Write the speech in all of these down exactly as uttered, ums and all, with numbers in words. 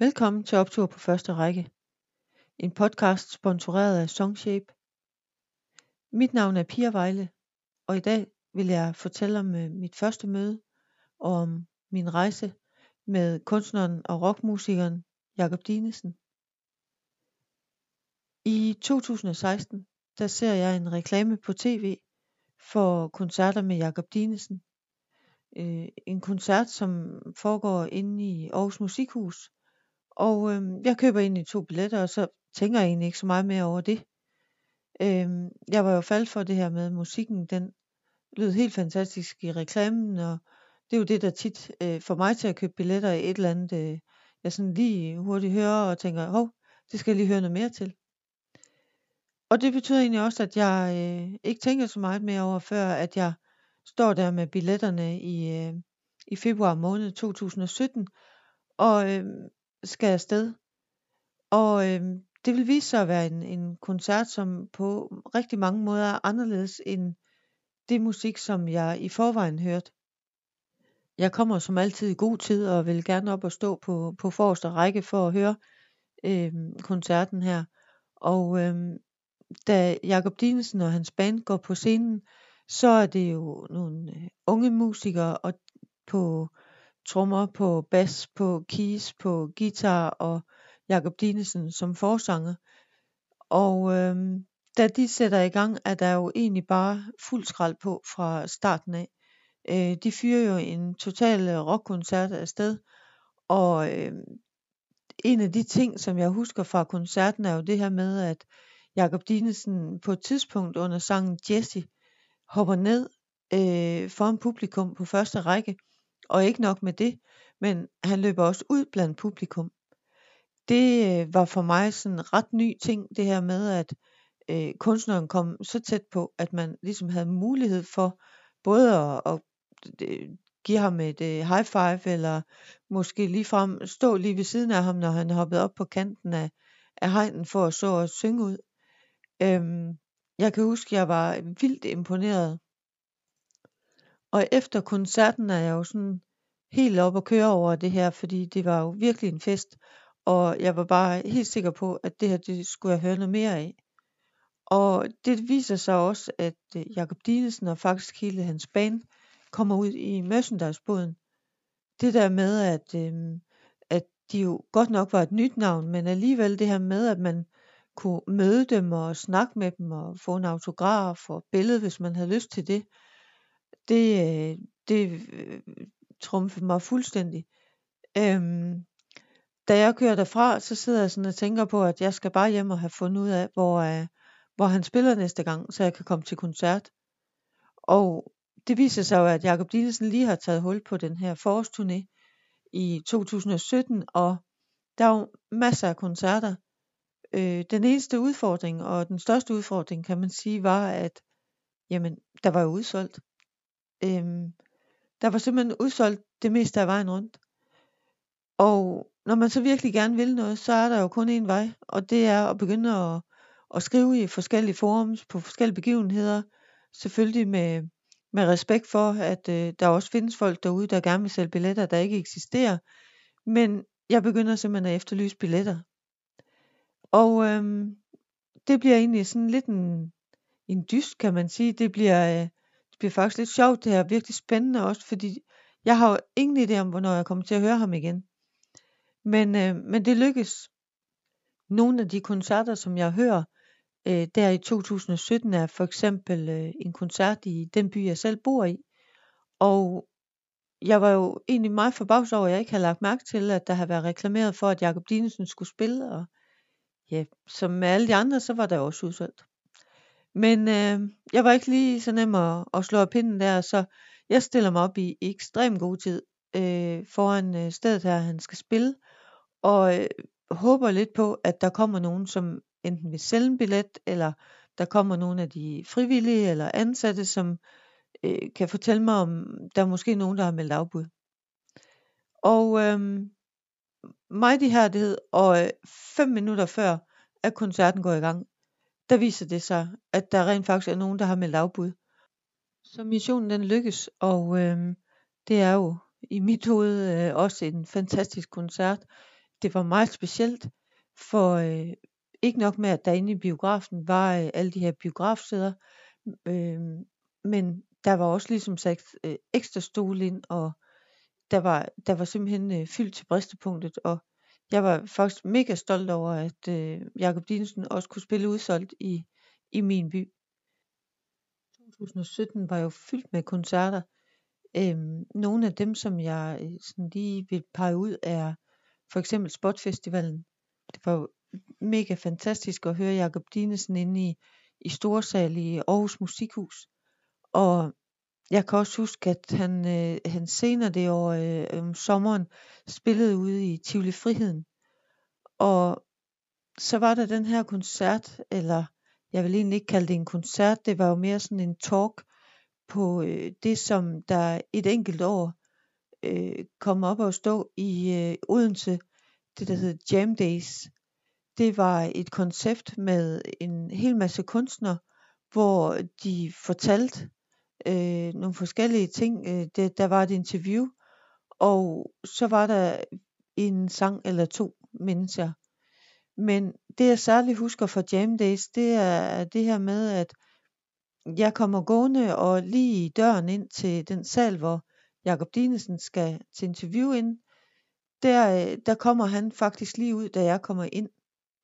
Velkommen til Optur på første række, en podcast sponsoreret af Songshape. Mit navn er Pia Vejle, og i dag vil jeg fortælle om øh, mit første møde og om min rejse med kunstneren og rockmusikeren Jakob Dinesen. I to tusind og seksten der ser jeg en reklame på tv for koncerter med Jakob Dinesen. Øh, en koncert, som foregår inde i Aarhus Musikhus. Og øh, jeg køber egentlig to billetter, og så tænker jeg egentlig ikke så meget mere over det. Øh, jeg var jo faldet for det her med musikken, den lød helt fantastisk i reklamen, og det er jo det, der tit øh, får mig til at købe billetter i et eller andet, øh, jeg sådan lige hurtigt hører og tænker, hov, det skal jeg lige høre noget mere til. Og det betyder egentlig også, at jeg øh, ikke tænker så meget mere over, før at jeg står der med billetterne i, øh, i februar måned to tusind og sytten, og øh, skal afsted. Og øh, det vil vise sig at være en, en koncert, som på rigtig mange måder er anderledes end det musik, som jeg i forvejen hørte. Jeg kommer som altid i god tid og vil gerne op og stå på, på forreste række for at høre øh, koncerten her. Og øh, da Jakob Dinesen og hans band går på scenen, så er det jo nogle øh, unge musikere og på trommer, på bas, på keys, på guitar og Jakob Dinesen som forsanger. Og øh, da de sætter i gang, er der jo egentlig bare fuld skrald på fra starten af. Øh, de fyrer jo en total rockkoncert afsted, og øh, en af de ting, som jeg husker fra koncerten, er jo det her med, at Jakob Dinesen på et tidspunkt under sangen Jessie hopper ned øh, foran publikum på første række, og ikke nok med det, men han løber også ud blandt publikum. Det øh, var for mig sådan en ret ny ting, det her med, at øh, kunstneren kom så tæt på, at man ligesom havde mulighed for både at, at øh, give ham et øh, high five, eller måske ligefrem stå lige ved siden af ham, når han hoppede op på kanten af, af hegnen for at så at synge ud. Øhm, jeg kan huske, at jeg var vildt imponeret. Og efter koncerten er jeg jo sådan helt op at køre over det her, fordi det var jo virkelig en fest. Og jeg var bare helt sikker på, at det her, det skulle jeg høre noget mere af. Og det viser sig også, at Jakob Dinesen og faktisk hele hans band kommer ud i merchandisebåden. Det der med, at, øhm, at de jo godt nok var et nyt navn, men alligevel det her med, at man kunne møde dem og snakke med dem og få en autograf og billede, hvis man havde lyst til det, det, øh, det øh, trumfede mig fuldstændig. Øhm, da jeg kører derfra, så sidder jeg sådan og tænker på, at jeg skal bare hjem og have fundet ud af, hvor, øh, hvor han spiller næste gang, så jeg kan komme til koncert. Og det viser sig jo, at Jakob Dinesen lige har taget hul på den her forårsturné i to tusind og sytten, og der er jo masser af koncerter. Øh, den eneste udfordring, og den største udfordring, kan man sige, var, at jamen, der var jo udsolgt. Øhm, der var simpelthen udsolgt det meste af vejen rundt. Og når man så virkelig gerne vil noget, så er der jo kun én vej, og det er at begynde at, at skrive i forskellige forums på forskellige begivenheder, selvfølgelig med, med respekt for, at øh, der også findes folk derude, der gerne vil sælge billetter, der ikke eksisterer. Men jeg begynder simpelthen at efterlyse billetter. Og øhm, det bliver egentlig sådan lidt en, en dyst, kan man sige. Det bliver, øh, det bliver faktisk lidt sjovt, det her, virkelig spændende også, fordi jeg har jo ingen idé om, hvornår jeg kommer til at høre ham igen. Men, øh, men det lykkes. Nogle af de koncerter, som jeg hører øh, der i to tusind og sytten, er for eksempel øh, en koncert i den by, jeg selv bor i. Og jeg var jo egentlig meget forbavset over, at jeg ikke havde lagt mærke til, at der havde været reklameret for, at Jakob Dinesen skulle spille. Og ja, som med alle de andre, så var der også udsolgt. Men øh, jeg var ikke lige så nem at, at slå af pinden der, så jeg stiller mig op i ekstrem god tid øh, foran øh, stedet her, han skal spille. Og øh, håber lidt på, at der kommer nogen, som enten vil sælge en billet, eller der kommer nogle af de frivillige eller ansatte, som øh, kan fortælle mig, om der er måske nogen, der har meldt afbud. Og øh, meget ihærdighed, og øh, fem minutter før, at koncerten går i gang, der viser det sig, at der rent faktisk er nogen, der har meldt afbud. Så missionen den lykkes, og øh, det er jo i mit hoved øh, også en fantastisk koncert. det var meget specielt, for øh, ikke nok med, at der inde i biografen var øh, alle de her biografsæder, øh, men der var også ligesom sat øh, ekstra stole ind, og der var, der var simpelthen øh, fyldt til bristepunktet, og jeg var faktisk mega stolt over, at øh, Jakob Dinesen også kunne spille udsolgt i, i min by. to tusind og sytten var jo fyldt med koncerter. Øhm, nogle af dem, som jeg øh, sådan lige vil pege ud, er for eksempel Spotfestivalen. Det var jo mega fantastisk at høre Jakob Dinesen inde i, i Storsal i Aarhus Musikhus. Og jeg kan også huske, at han, øh, han senere det år øh, om sommeren spillede ude i Tivoli Friheden. Og så var der den her koncert, eller jeg vil egentlig ikke kalde det en koncert, det var jo mere sådan en talk på øh, det, som der et enkelt år øh, kom op og stå i øh, Odense, det der hed Jam Days. Det var et koncept med en hel masse kunstnere, hvor de fortalte øh, nogle forskellige ting. Øh, det, der var et interview, og så var der en sang eller to mennesker. Men det jeg særligt husker fra Jam Days, det er det her med, at jeg kommer gående, og lige i døren ind til den sal, hvor Jakob Dinesen skal til interview ind, der, øh, der kommer han faktisk lige ud, da jeg kommer ind.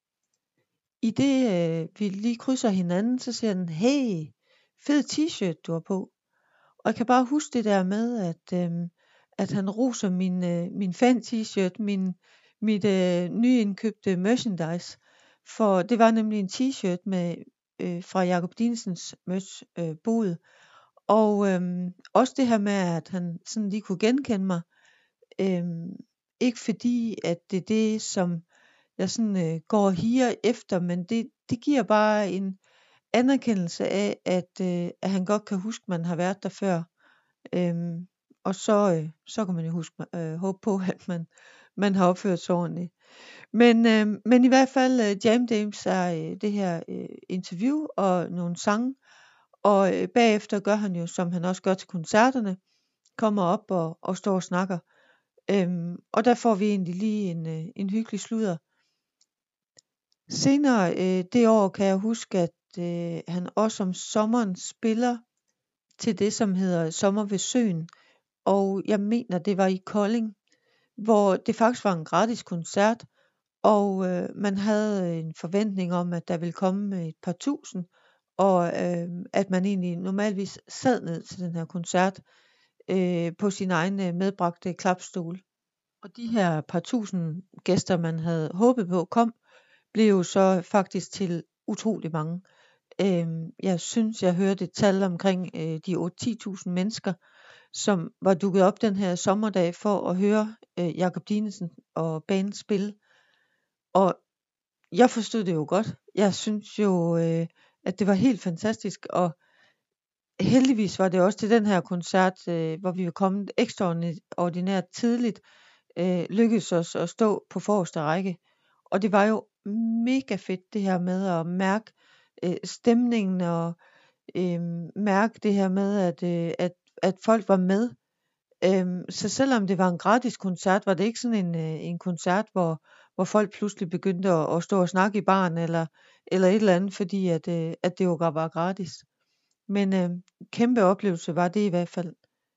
I det øh, vi lige krydser hinanden, så siger han, hey, fed t-shirt du har på. Og jeg kan bare huske det der med, at, øh, at han roser min, øh, min fan t-shirt, min, mit øh, nyindkøbte merchandise. For det var nemlig en t-shirt med øh, fra Jakob Dinesens merch øh, bod. Og øhm, også det her med, at han sådan lige kunne genkende mig. Øhm, ikke fordi, at det er det, som jeg sådan øh, går og higer efter, men det, det giver bare en anerkendelse af, at, øh, at han godt kan huske, at man har været der før. Øhm, og så, øh, så kan man jo huske, øh, håbe på, at man, man har opført sig ordentligt. Men, øh, men i hvert fald, øh, Jam Days er øh, det her øh, interview og nogle sange. Og øh, bagefter gør han jo, som han også gør til koncerterne, kommer op og, og står og snakker. Øhm, og der får vi egentlig lige en, øh, en hyggelig sludder. Senere øh, det år kan jeg huske, at øh, han også om sommeren spiller til det, som hedder Sommer ved Søen. Og jeg mener, det var i Kolding, hvor det faktisk var en gratis koncert. Og øh, man havde en forventning om, at der ville komme et par tusind. Og øh, at man egentlig normalvis sad ned til den her koncert øh, på sin egen øh, medbragte klapstol. Og de her par tusind gæster, man havde håbet på kom, blev jo så faktisk til utrolig mange. Øh, jeg synes, jeg hørte et tal omkring øh, de otte til ti tusind mennesker, som var dukket op den her sommerdag for at høre øh, Jakob Dinesen og bandet spille. Og jeg forstod det jo godt. Jeg synes jo, øh, at det var helt fantastisk, og heldigvis var det også til den her koncert, øh, hvor vi var kommet ekstraordinært tidligt, øh, lykkedes os at stå på forreste række. Og det var jo mega fedt det her med at mærke øh, stemningen og øh, mærke det her med, at, øh, at, at folk var med. Øhm, så selvom det var en gratis koncert, var det ikke sådan en, øh, en koncert, hvor, hvor folk pludselig begyndte at, at stå og snakke i baren eller, eller et eller andet, fordi at, øh, at det jo var gratis. Men øh, kæmpe oplevelse var det i hvert fald.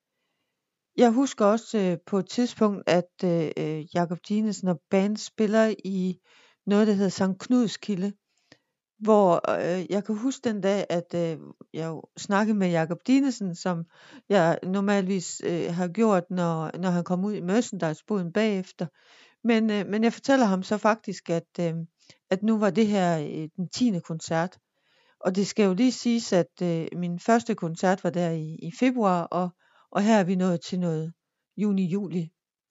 Jeg husker også øh, på et tidspunkt, at øh, Jakob Dinesen og band spiller i noget, der hedder Sankt Knuds Kilde, hvor øh, jeg kan huske den dag, at øh, jeg jo snakkede med Jakob Dinesen, som jeg normalvis øh, har gjort, når, når han kom ud i merchandise-boden bagefter. Men, øh, men jeg fortæller ham så faktisk, at, øh, at nu var det her øh, den tiende koncert. Og det skal jo lige siges, at øh, min første koncert var der i, i februar, og, og her er vi nået til noget juni-juli.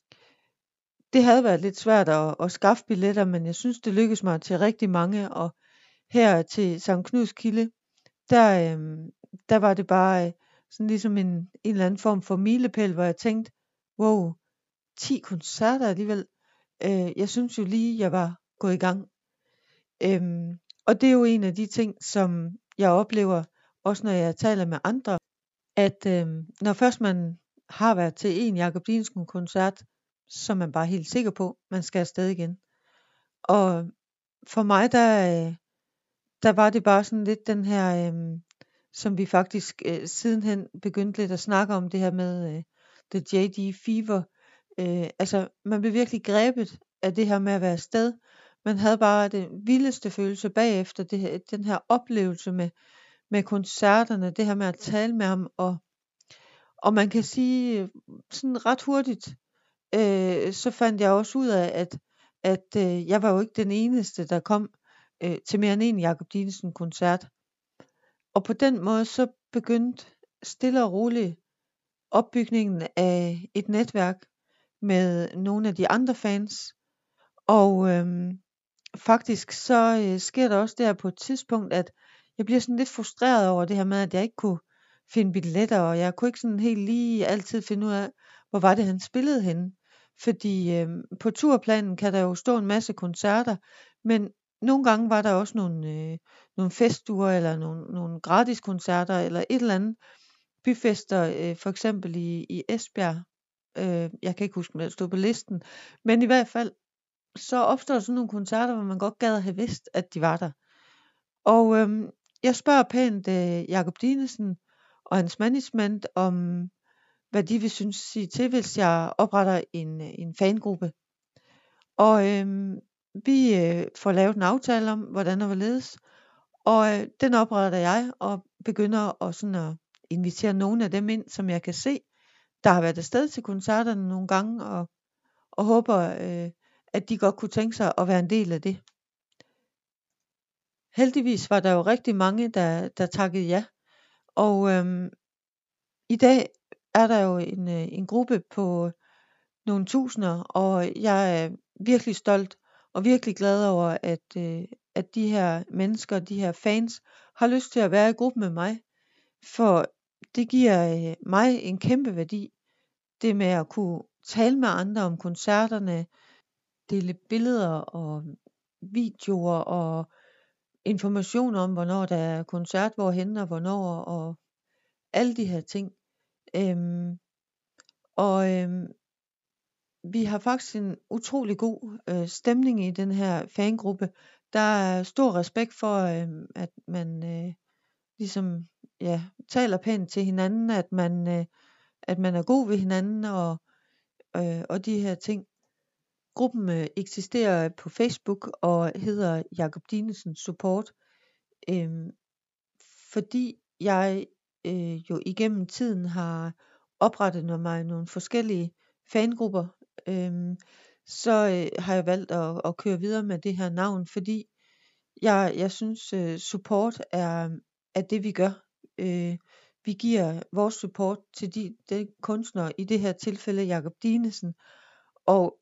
Det havde været lidt svært at, at skaffe billetter, men jeg synes, det lykkedes mig til rigtig mange, og her til Sankt Knuds Kilde, der, øh, der var det bare øh, sådan ligesom en, en eller anden form for milepæl, hvor jeg tænkte, wow, ti koncerter alligevel. Øh, jeg synes jo lige, jeg var gået i gang. Øhm, og det er jo en af de ting, som jeg oplever, også når jeg taler med andre, at øh, når først man har været til en Jakob Dinesen koncert, så er man bare helt sikker på, man skal afsted igen. Og for mig, der, øh, der var det bare sådan lidt den her, øh, som vi faktisk øh, sidenhen begyndte lidt at snakke om, det her med øh, The J D Fever. Øh, altså, man blev virkelig grebet af det her med at være afsted. Man havde bare den vildeste følelse bagefter, det her, den her oplevelse med, med koncerterne, det her med at tale med ham, og, og man kan sige øh, sådan ret hurtigt, øh, så fandt jeg også ud af, at, at øh, jeg var jo ikke den eneste, der kom øh, til mere end en Jakob Dinesen koncert. Og på den måde så begyndte stille og roligt opbygningen af et netværk med nogle af de andre fans. Og øhm, faktisk så øh, sker der også der på et tidspunkt, at jeg bliver sådan lidt frustreret over det her med, at jeg ikke kunne finde billetter, og jeg kunne ikke sådan helt lige altid finde ud af, hvor var det han spillede henne. Fordi øhm, på turplanen kan der jo stå en masse koncerter, men nogle gange var der også nogle, øh, nogle festuger, eller nogle, nogle gratis koncerter, eller et eller andet byfester, øh, for eksempel i, i Esbjerg. Øh, jeg kan ikke huske, om det stod på listen, men i hvert fald, så opstår der sådan nogle koncerter, hvor man godt gad at have vidst, at de var der. Og øhm, jeg spørger pænt øh, Jakob Dinesen og hans management om, hvad de vil synes sige til, hvis jeg opretter en, øh, en fangruppe. Og øhm, vi øh, får lavet en aftale om, hvordan og hvorledes. Og øh, den opretter jeg, og begynder at, sådan at invitere nogle af dem ind, som jeg kan se, der har været afsted til koncerterne nogle gange, og, og håber, øh, at de godt kunne tænke sig at være en del af det. Heldigvis var der jo rigtig mange, der, der takkede ja. Og øhm, i dag er der jo en, øh, en gruppe på nogle tusinder, og jeg er virkelig stolt og virkelig glad over, at, øh, at de her mennesker, de her fans, har lyst til at være i gruppe med mig. For det giver øh, mig en kæmpe værdi, det med at kunne tale med andre om koncerterne, dele billeder og videoer og information om, hvornår der er koncert, hvorhen og hvornår, og alle de her ting. Øhm, og øhm, vi har faktisk en utrolig god øh, stemning i den her fangruppe. Der er stor respekt for, øh, at man øh, ligesom ja, taler pænt til hinanden, at man, øh, at man er god ved hinanden, og, øh, og de her ting. Gruppen øh, eksisterer på Facebook og hedder Jakob Dinesen Support, øh, fordi jeg øh, jo igennem tiden har oprettet mig nogle forskellige fangrupper, øh, så øh, har jeg valgt at, at køre videre med det her navn, fordi jeg, jeg synes øh, support er, er det vi gør. Øh, vi giver vores support til de, de kunstnere, i det her tilfælde Jakob Dinesen, og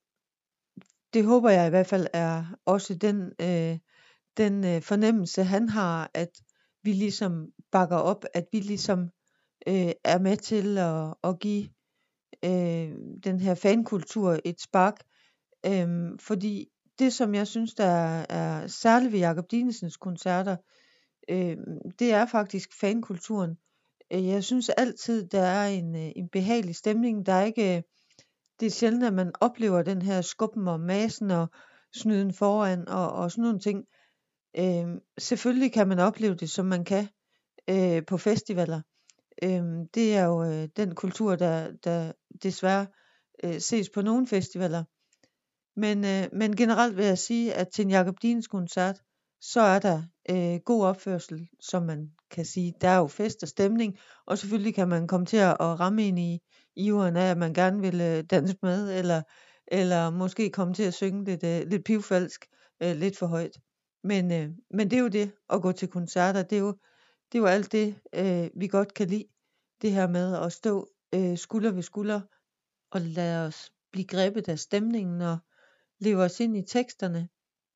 det håber jeg i hvert fald er også den, øh, den øh, fornemmelse han har, at vi ligesom bakker op, at vi ligesom øh, er med til at, at give øh, den her fankultur et spark. Øh, fordi det, som jeg synes, der er, er særligt ved Jakob Dinesens koncerter, øh, det er faktisk fankulturen. Øh, Jeg synes altid, der er en, øh, en behagelig stemning. Der er ikke, det er sjældent, at man oplever den her skubben og masen og snyden foran og, og sådan nogle ting. Øh, selvfølgelig kan man opleve det, som man kan øh, på festivaler. Øh, det er jo øh, den kultur, der, der desværre øh, ses på nogle festivaler. Men, øh, men generelt vil jeg sige, at til en Jakob Dinesen koncert, så er der øh, god opførsel, som man kan sige. Der er jo fest og stemning, og selvfølgelig kan man komme til at, at ramme ind i iveren af, at man gerne vil øh, danse med, eller, eller måske komme til at synge lidt, øh, lidt pivfalsk, øh, lidt for højt. Men, øh, men det er jo det at gå til koncerter, det er jo, det er jo alt det, øh, vi godt kan lide. Det her med at stå øh, skulder ved skulder, og lade os blive grebet af stemningen, og leve os ind i teksterne.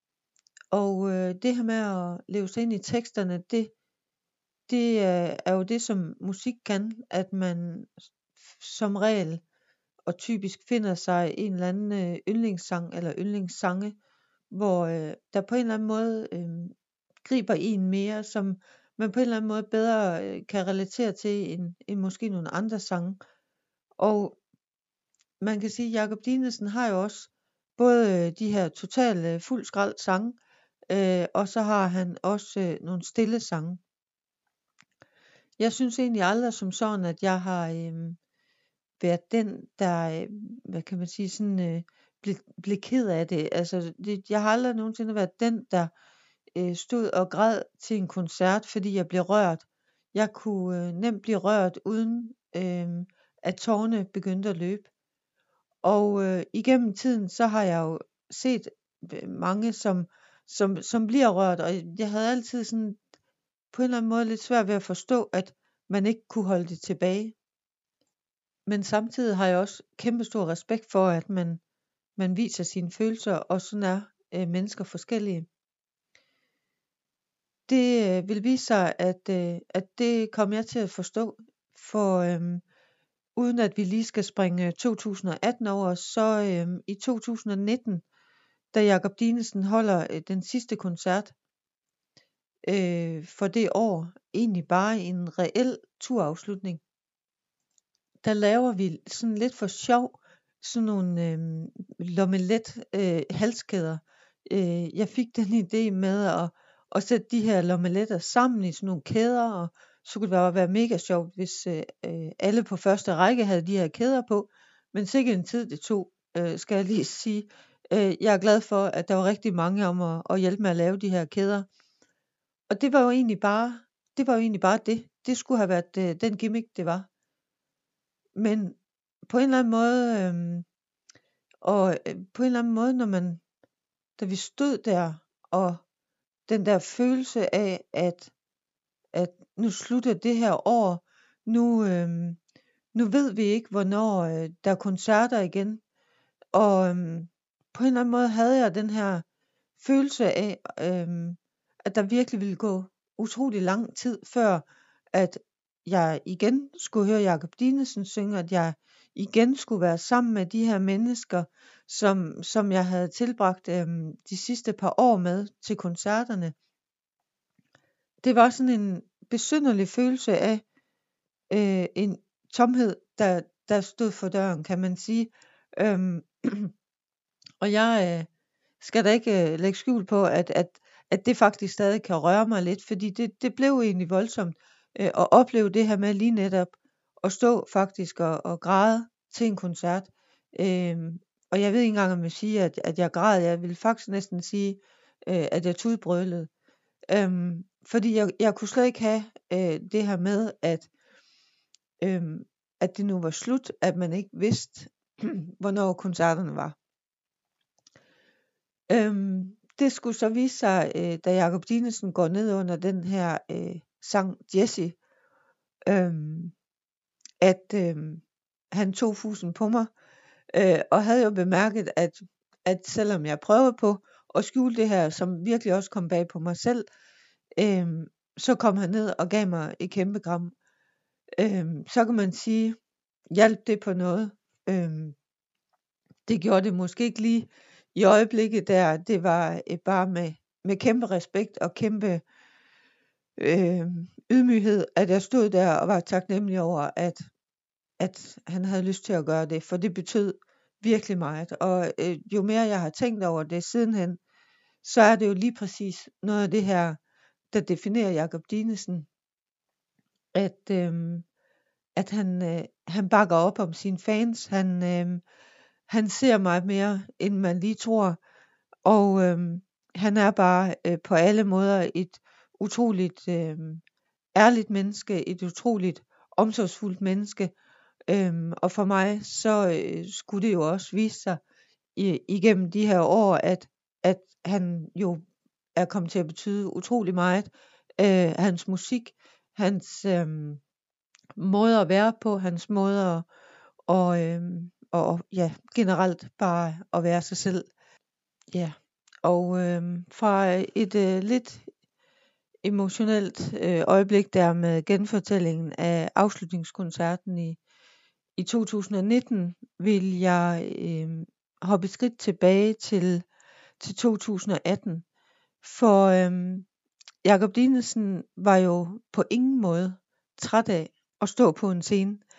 Og øh, det her med at leve sig ind i teksterne, det, det øh, er jo det, som musik kan, at man som regel og typisk finder sig en eller anden øh, yndlingssang eller yndlingssange, hvor øh, der på en eller anden måde øh, griber en mere, som man på en eller anden måde bedre øh, kan relatere til end, end måske nogle andre sange. Og man kan sige, at Jakob Dinesen har jo også både øh, de her totale øh, fuld skrald sange, øh, og så har han også øh, nogle stille sange. Jeg synes egentlig aldrig som sådan, at jeg har øh, været den, der, øh, hvad kan man sige, sådan øh, blev, blev ked af det. Altså, det, jeg har aldrig nogensinde været den, der øh, stod og græd til en koncert, fordi jeg blev rørt. Jeg kunne øh, nemt blive rørt, uden øh, at tårerne begyndte at løbe. Og øh, igennem tiden, så har jeg jo set øh, mange, som, som, som bliver rørt, og jeg havde altid sådan på en eller anden måde lidt svært ved at forstå, at man ikke kunne holde det tilbage. Men samtidig har jeg også kæmpe stor respekt for, at man, man viser sine følelser, og sådan er øh, mennesker forskellige. Det øh, vil vise sig, at, øh, at det kom jeg til at forstå, for øh, uden at vi lige skal springe to tusind og atten over, så øh, i to tusind og nitten, da Jakob Dinesen holder øh, den sidste koncert øh, for det år, egentlig bare en reel turafslutning, der laver vi sådan lidt for sjov sådan nogle øh, lommelet øh, halskæder. Øh, jeg fik den idé med at, at sætte de her lommeletter sammen i sådan nogle kæder, og så kunne det bare være mega sjovt, hvis øh, alle på første række havde de her kæder på. Men sikkert en tid det tog, øh, skal jeg lige sige. Øh, jeg er glad for, at der var rigtig mange om at, at hjælpe med at lave de her kæder. Og det var jo egentlig bare det. Var jo egentlig bare det. Det skulle have været øh, den gimmick, det var. Men på en eller anden måde, øh, og øh, på en eller anden måde, når man, da vi stod der, og den der følelse af, at, at nu slutter det her år, nu, øh, nu ved vi ikke, hvornår øh, der er koncerter igen, og øh, på en eller anden måde havde jeg den her følelse af, øh, at der virkelig ville gå utrolig lang tid, før at jeg igen skulle høre Jakob Dinesen synge, at jeg igen skulle være sammen med de her mennesker, som, som jeg havde tilbragt øh, de sidste par år med til koncerterne. Det var sådan en besynderlig følelse af øh, en tomhed, der, der stod for døren, kan man sige. Øhm, og jeg øh, skal da ikke øh, lægge skjul på, at, at, at det faktisk stadig kan røre mig lidt, fordi det, det blev egentlig voldsomt øh, at opleve det her med lige netop at stå faktisk og, og græde til en koncert. Øhm, og jeg ved ikke engang, om jeg siger, at, at jeg græd. Jeg vil faktisk næsten sige, øh, at jeg tudbrølede. Øhm, fordi jeg, jeg kunne slet ikke have øh, det her med, at, øhm, at det nu var slut, at man ikke vidste, hvornår koncerterne var. Øhm, det skulle så vise sig, øh, da Jakob Dinesen går ned under den her øh, sang Jessie, øhm, at øh, han tog fusen på mig, øh, og havde jo bemærket, at, at selvom jeg prøvede på at skjule det her, som virkelig også kom bag på mig selv, øh, så kom han ned og gav mig et kæmpe kram. Øh, så kan man sige, hjalp det på noget? Øh, det gjorde det måske ikke lige i øjeblikket der. Det var øh, bare med, med kæmpe respekt og kæmpe øh, ydmyghed, at jeg stod der og var taknemmelig over, at, at han havde lyst til at gøre det, for det betød virkelig meget. Og øh, jo mere jeg har tænkt over det sidenhen, så er det jo lige præcis noget af det her, der definerer Jakob Dinesen, at, øh, at han, øh, han bakker op om sine fans. Han, øh, han ser meget mere, end man lige tror, og øh, han er bare øh, på alle måder et utroligt øh, ærligt menneske, et utroligt omsorgsfuldt menneske, øhm, og for mig så øh, skulle det jo også vise sig i, igennem de her år, at, at han jo er kommet til at betyde utrolig meget. Øh, hans musik, hans øh, måde at være på, hans måde at, og, øh, og ja, generelt bare at være sig selv. Ja, og øh, fra et øh, lidt emotionelt øh, øjeblik der med genfortællingen af afslutningskoncerten i, i to tusind og nitten, vil jeg øh, hoppe skridt tilbage til, til to tusind og atten. For øh, Jakob Dinesen var jo på ingen måde træt af at stå på en scene.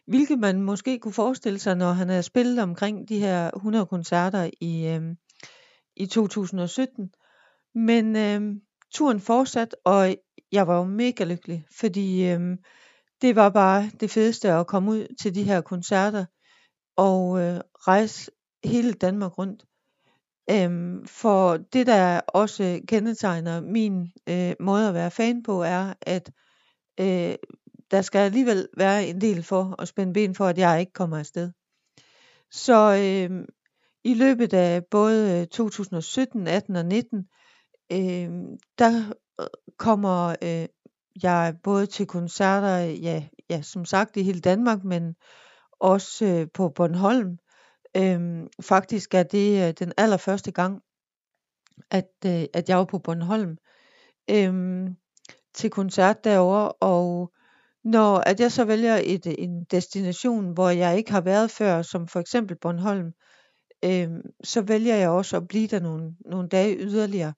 hvilket man måske kunne forestille sig, når han havde spillet omkring de her hundrede koncerter i, øh, i to tusind og sytten. Men øh, turen fortsatte, og jeg var jo mega lykkelig, fordi øh, det var bare det fedeste at komme ud til de her koncerter og øh, rejse hele Danmark rundt. Øhm, for det, der også kendetegner min øh, måde at være fan på, er, at øh, der skal alligevel være en del for at spænde ben for, at jeg ikke kommer afsted. Så øh, i løbet af både to tusind og sytten, atten og nitten, øh, der kommer øh, jeg både til koncerter, ja, ja, som sagt i hele Danmark, men også øh, på Bornholm. Øhm, faktisk er det øh, den allerførste gang, at, øh, at jeg var på Bornholm øhm, til koncert derovre, og når at jeg så vælger et, en destination, hvor jeg ikke har været før, som for eksempel Bornholm, øhm, så vælger jeg også at blive der nogle, nogle dage yderligere.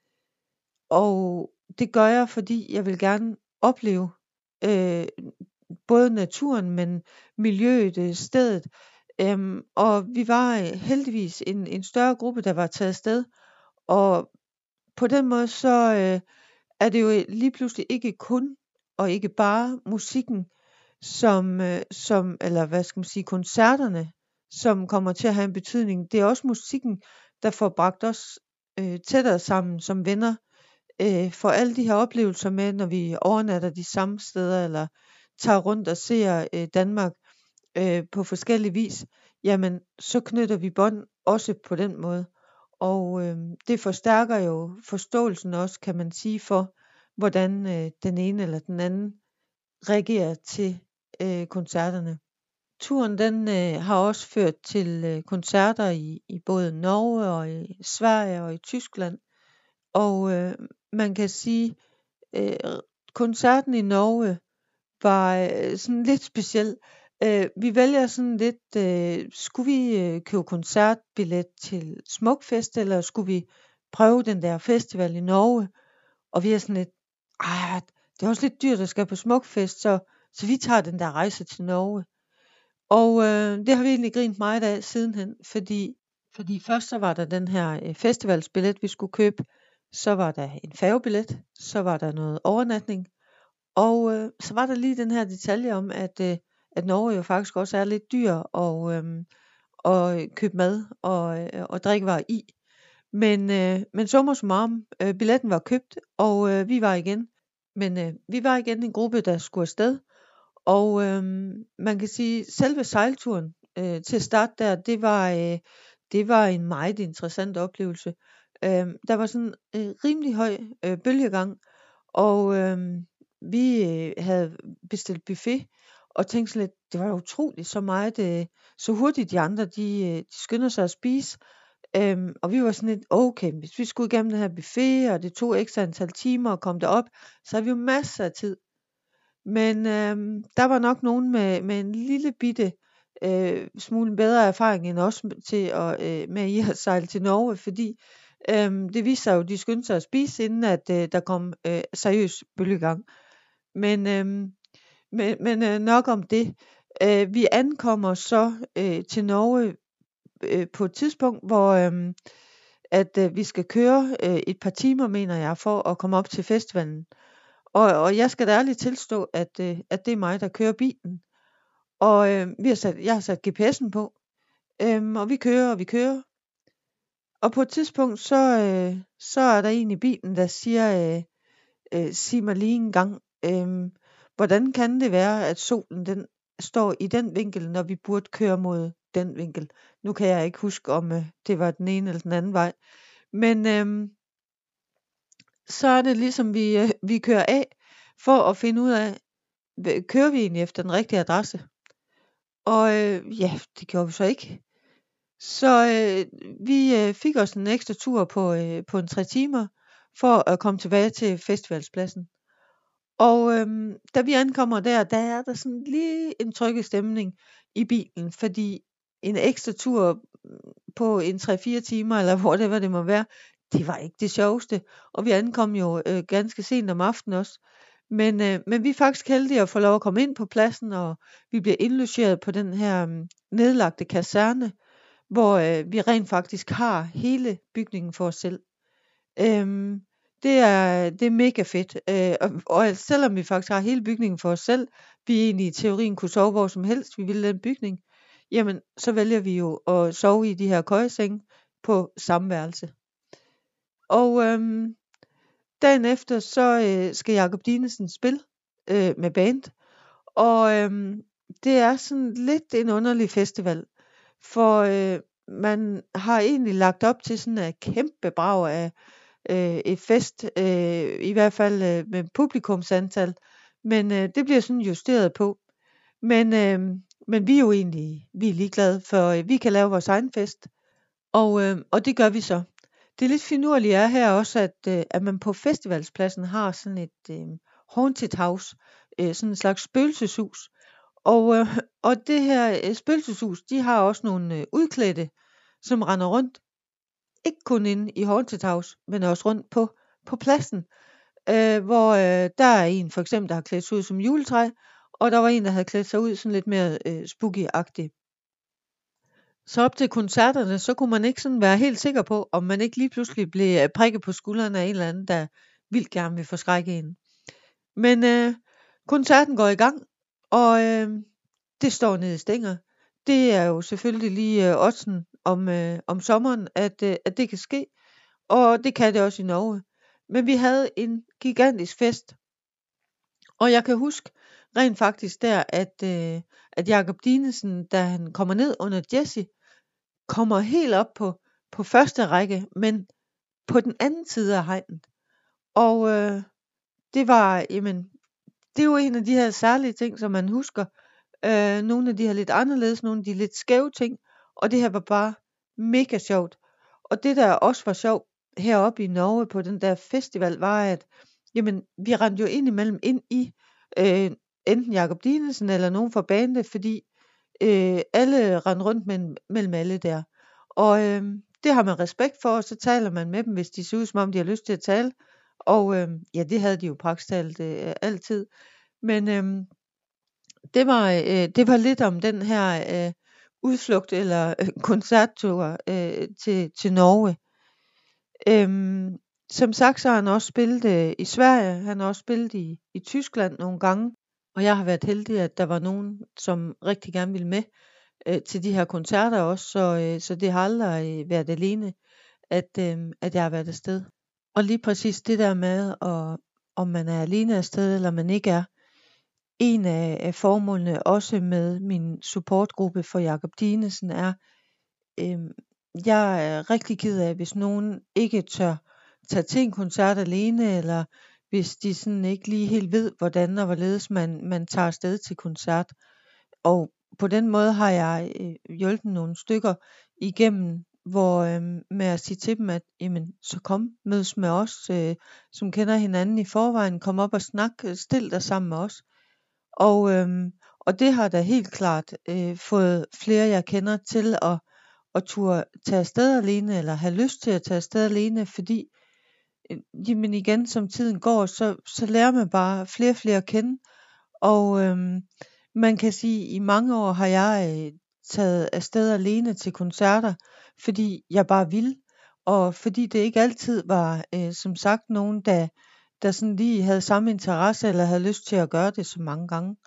Og det gør jeg, fordi jeg vil gerne opleve øh, både naturen, men miljøet, stedet. Øhm, og vi var heldigvis en, en større gruppe, der var taget afsted, og på den måde så øh, er det jo lige pludselig ikke kun og ikke bare musikken, som, øh, som eller hvad skal man sige, koncerterne, som kommer til at have en betydning. Det er også musikken, der får bragt os øh, tættere sammen som venner, øh, for alle de her oplevelser med, når vi overnatter de samme steder, eller tager rundt og ser øh, Danmark øh, på forskellige vis, jamen så knytter vi bånd også på den måde. Og øh, det forstærker jo forståelsen også, kan man sige, for hvordan øh, den ene eller den anden reagerer til øh, koncerterne. Turen den øh, har også ført til øh, koncerter i, i både Norge og i Sverige og i Tyskland. Og øh, man kan sige, øh, koncerten i Norge var øh, sådan lidt speciel. Øh, vi vælger sådan lidt, øh, skulle vi øh, købe koncertbillet til Smukfest, eller skulle vi prøve den der festival i Norge? Og vi er sådan lidt, ah, det er også lidt dyrt at skal på Smukfest, så, så vi tager den der rejse til Norge. Og øh, det har vi egentlig grint meget af sidenhen, fordi, fordi først så var der den her øh, festivalsbillet, vi skulle købe, så var der en færgebillet, så var der noget overnatning, og øh, så var der lige den her detalje om, at, øh, at Norge jo faktisk også er lidt dyr og, øh, og købe mad og, øh, og drikkevarer i. Men, øh, men summa summarum, øh, billetten var købt, og øh, vi var igen. Men øh, vi var igen en gruppe, der skulle afsted. Og øh, man kan sige, selve sejlturen øh, til start der, det var, øh, det var en meget interessant oplevelse. Øh, der var sådan en øh, rimelig høj øh, bølgegang, og øh, vi øh, havde bestilt buffet, og tænkte sådan lidt, det var utroligt så meget, øh, så hurtigt de andre, de, øh, de skynder sig at spise. Øhm, og vi var sådan lidt, okay, hvis vi skulle igennem den her buffet, og det tog ekstra antal timer at komme derop, så havde vi jo masser af tid. Men øhm, der var nok nogen med, med en lille bitte øh, smule bedre erfaring end os til at, øh, med i at sejle til Norge, fordi øhm, det viste sig jo, at de skyndte sig at spise, inden at øh, der kom øh, seriøs bølgegang. Men, øhm, men, men øh, nok om det. Øh, vi ankommer så øh, til Norge øh, på et tidspunkt, hvor øh, at øh, vi skal køre øh, et par timer, mener jeg, for at komme op til festivalen. Og, og jeg skal da ærligt tilstå, at, øh, at det er mig, der kører bilen. Og øh, vi har sat, jeg har sat G P S'en på, øh, og vi kører, og vi kører. Og på et tidspunkt, så, øh, så er der en i bilen, der siger, øh, øh, sig mig lige en gang, øh, hvordan kan det være, at solen den står i den vinkel, når vi burde køre mod den vinkel? Nu kan jeg ikke huske, om øh, det var den ene eller den anden vej. Men øh, så er det ligesom, vi, øh, vi kører af, for at finde ud af, kører vi egentlig efter den rigtige adresse? Og øh, ja, det gjorde vi så ikke. Så øh, vi øh, fik os en ekstra tur på, øh, på en tre timer, for at komme tilbage til festivalspladsen. Og øhm, da vi ankommer der, der er der sådan lige en trygge stemning i bilen, fordi en ekstra tur på en tre fire timer, eller hvor det var det må være, det var ikke det sjoveste. Og vi ankom jo øh, ganske sent om aftenen også. Men, øh, men vi er faktisk heldige at få lov at komme ind på pladsen, og vi bliver indlogeret på den her øh, nedlagte kaserne, hvor øh, vi rent faktisk har hele bygningen for os selv. Øhm, det er det er mega fedt, øh, og, og selvom vi faktisk har hele bygningen for os selv, vi egentlig i teorien kunne sove hvor som helst, vi ville den bygning, jamen så vælger vi jo at sove i de her køjesenge på samme værelse. Og øhm, dagen efter så øh, skal Jacob Dinesen spille øh, med band, og øhm, det er sådan lidt en underlig festival, for øh, man har egentlig lagt op til sådan et kæmpe brag af øh, et fest, øh, i hvert fald øh, med publikumsantal, men øh, det bliver sådan justeret på. Men, øh, men vi er jo egentlig vi er ligeglade, for øh, vi kan lave vores egen fest, og, øh, og det gør vi så. Det lidt finurlige er her også, at, øh, at man på festivalspladsen har sådan et øh, haunted house, øh, sådan en slags spøgelseshus. Og, øh, og det her øh, spøgelseshus, de har også nogle øh, udklædte, som render rundt, ikke kun inde i haunted house, men også rundt på, på pladsen, øh, hvor øh, der er en for eksempel, der har klædt sig ud som juletræ, og der var en, der havde klædt sig ud sådan lidt mere øh, spooky-agtigt. Så op til koncerterne, så kunne man ikke sådan være helt sikker på, om man ikke lige pludselig blev øh, prikket på skulderen af en eller anden, der vildt gerne vil forskrække en. Men øh, koncerten går i gang, og øh, det står nede i stænger. Det er jo selvfølgelig lige øh, oddsen om, øh, om sommeren, at, øh, at det kan ske, og det kan det også i Norge. Men vi havde en gigantisk fest, og jeg kan huske rent faktisk der, at, øh, at Jacob Dinesen, da han kommer ned under Jesse, kommer helt op på, på første række, men på den anden side af hegnet. Og øh, det var, jamen, det er jo en af de her særlige ting, som man husker. Øh, nogle af de her lidt anderledes, nogle af de lidt skæve ting, og det her var bare mega sjovt. Og det der også var sjovt heroppe i Norge på den der festival, var at, jamen, vi rendte jo ind imellem ind i øh, enten Jacob Dinesen eller nogen fra bandet, fordi øh, alle rendte rundt mellem, mellem alle der. Og øh, det har man respekt for, og så taler man med dem, hvis de ser ud som om de har lyst til at tale. Og øh, ja, det havde de jo praktisk talt øh, altid. Men øh, det var øh, det var lidt om den her øh, udflugt eller øh, koncerttur øh, til til Norge. Øhm, som sagt så har han også spillet øh, i Sverige, han har også spillet i, i Tyskland nogle gange, og jeg har været heldig, at der var nogen, som rigtig gerne ville med øh, til de her koncerter også, så, øh, så det har aldrig øh, været alene, at, øh, at jeg har været afsted. Og lige præcis det der med, at, om man er alene afsted, eller man ikke er, en af, af formålene også med min supportgruppe for Jacob Dinesen er, øh, jeg er rigtig ked af, hvis nogen ikke tør tage til en koncert alene, eller hvis de sådan ikke lige helt ved, hvordan og hvorledes man, man tager afsted til koncert. Og på den måde har jeg øh, hjulpet nogle stykker igennem, hvor øh, med at sige til dem, at jamen, så kom, mødes med os, øh, som kender hinanden i forvejen, kom op og snak, stil dig sammen med os. Og, øh, og det har da helt klart øh, fået flere, jeg kender, til at og turde tage afsted alene, eller have lyst til at tage afsted alene, fordi, øh, jamen igen, som tiden går, så, så lærer man bare flere og flere at kende, og øhm, man kan sige, at i mange år har jeg øh, taget afsted alene til koncerter, fordi jeg bare ville, og fordi det ikke altid var, øh, som sagt, nogen, der, der sådan lige havde samme interesse, eller havde lyst til at gøre det så mange gange.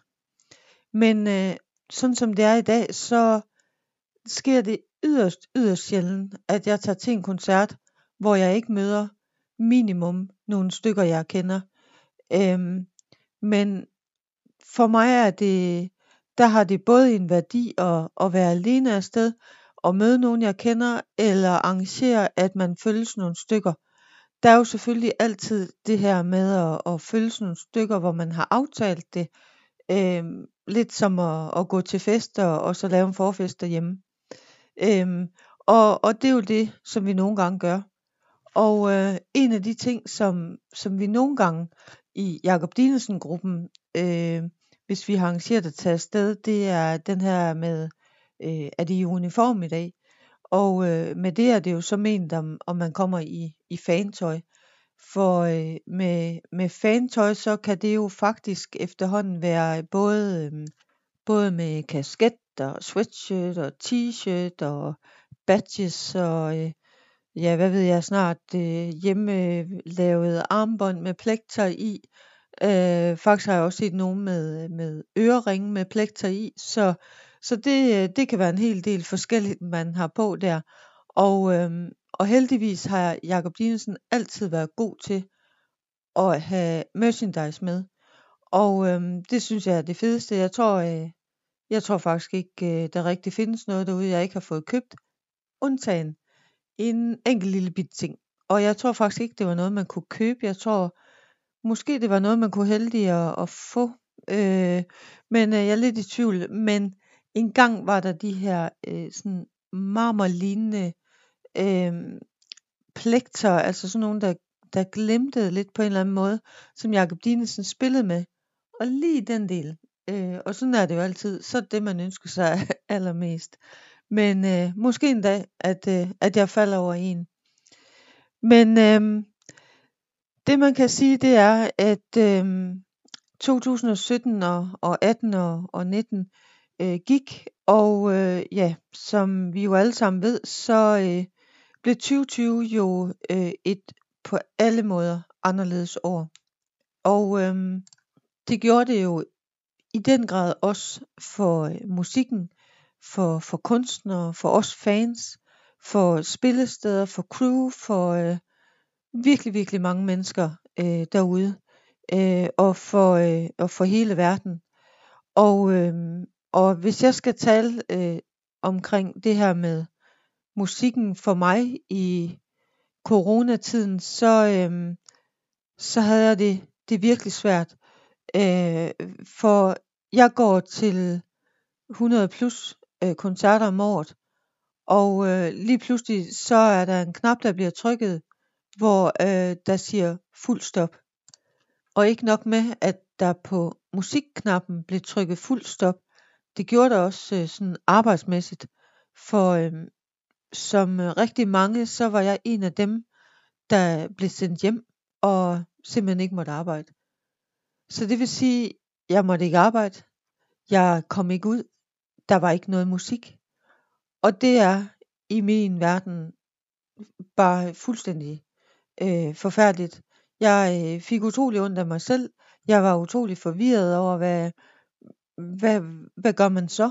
Men øh, sådan som det er i dag, så sker det yderst, yderst sjældent, at jeg tager til en koncert, hvor jeg ikke møder minimum nogle stykker, jeg kender. Øhm, men for mig er det, der har det både en værdi at, at være alene afsted, og møde nogen, jeg kender, eller arrangere, at man følges nogle stykker. Der er jo selvfølgelig altid det her med at, at følges nogle stykker, hvor man har aftalt det. Øhm, lidt som at, at gå til fest og, og så lave en forfest derhjemme. Øhm, og, og det er jo det, som vi nogle gange gør. Og øh, en af de ting, som, som vi nogle gange i Jacob Dinesen-gruppen, øh, hvis vi har arrangeret at tage afsted, det er den her med, øh, at I er i uniform i dag. Og øh, med det er det jo så ment, om, om man kommer i, i fantøj. For øh, med, med fantøj, så kan det jo faktisk efterhånden være både, øh, både med kasket og sweatshirt og t-shirt og badges og øh, ja, hvad ved jeg snart, øh, hjemmelavede armbånd med plekter i. Øh, faktisk har jeg også set nogen med, med øreringe med plekter i, så, så det, øh, det kan være en hel del forskelligt, man har på der. Og, øhm, og heldigvis har Jacob Dinesen altid været god til at have merchandise med. Og øhm, det synes jeg er det fedeste. Jeg tror, øh, jeg tror faktisk ikke, øh, der rigtig findes noget derude, jeg ikke har fået købt. Undtagen en enkelt lille bit ting. Og jeg tror faktisk ikke, det var noget, man kunne købe. Jeg tror måske, det var noget, man kunne heldig at, at få. Øh, men øh, jeg er lidt i tvivl. Men engang var der de her øh, sådan marmorlignende øh, plekter, altså sådan nogle, der, der glimtede lidt på en eller anden måde, som Jacob Dinesen spillede med. Og lige den del, øh, og sådan er det jo altid, så er det, man ønsker sig allermest. Men øh, måske en dag, at, øh, at jeg falder over en. Men øh, det man kan sige, det er, at øh, to tusind og sytten og, og atten og, og nitten øh, gik, og øh, ja, som vi jo alle sammen ved, så øh, blev tyve tyve jo øh, et på alle måder anderledes år. Og øh, det gjorde det jo i den grad også for øh, musikken, for, for kunstnere, for os fans, for spillesteder, for crew, for øh, virkelig, virkelig mange mennesker øh, derude, øh, og, for, øh, og for hele verden. Og, øh, og hvis jeg skal tale øh, omkring det her med musikken for mig i coronatiden, så, øh, så havde jeg det, det virkelig svært. Øh, for jeg går til hundrede plus øh, koncerter om året, og øh, lige pludselig så er der en knap, der bliver trykket, hvor øh, der siger fuld stop. Og ikke nok med, at der på musikknappen blev trykket fuld stop, det gjorde der også øh, sådan arbejdsmæssigt. For øh, som øh, rigtig mange, så var jeg en af dem, der blev sendt hjem og simpelthen ikke måtte arbejde. Så det vil sige, jeg måtte ikke arbejde, jeg kom ikke ud, der var ikke noget musik. Og det er i min verden bare fuldstændig øh, forfærdeligt. Jeg øh, fik utrolig ondt af mig selv. Jeg var utrolig forvirret over, hvad, hvad, hvad gør man så?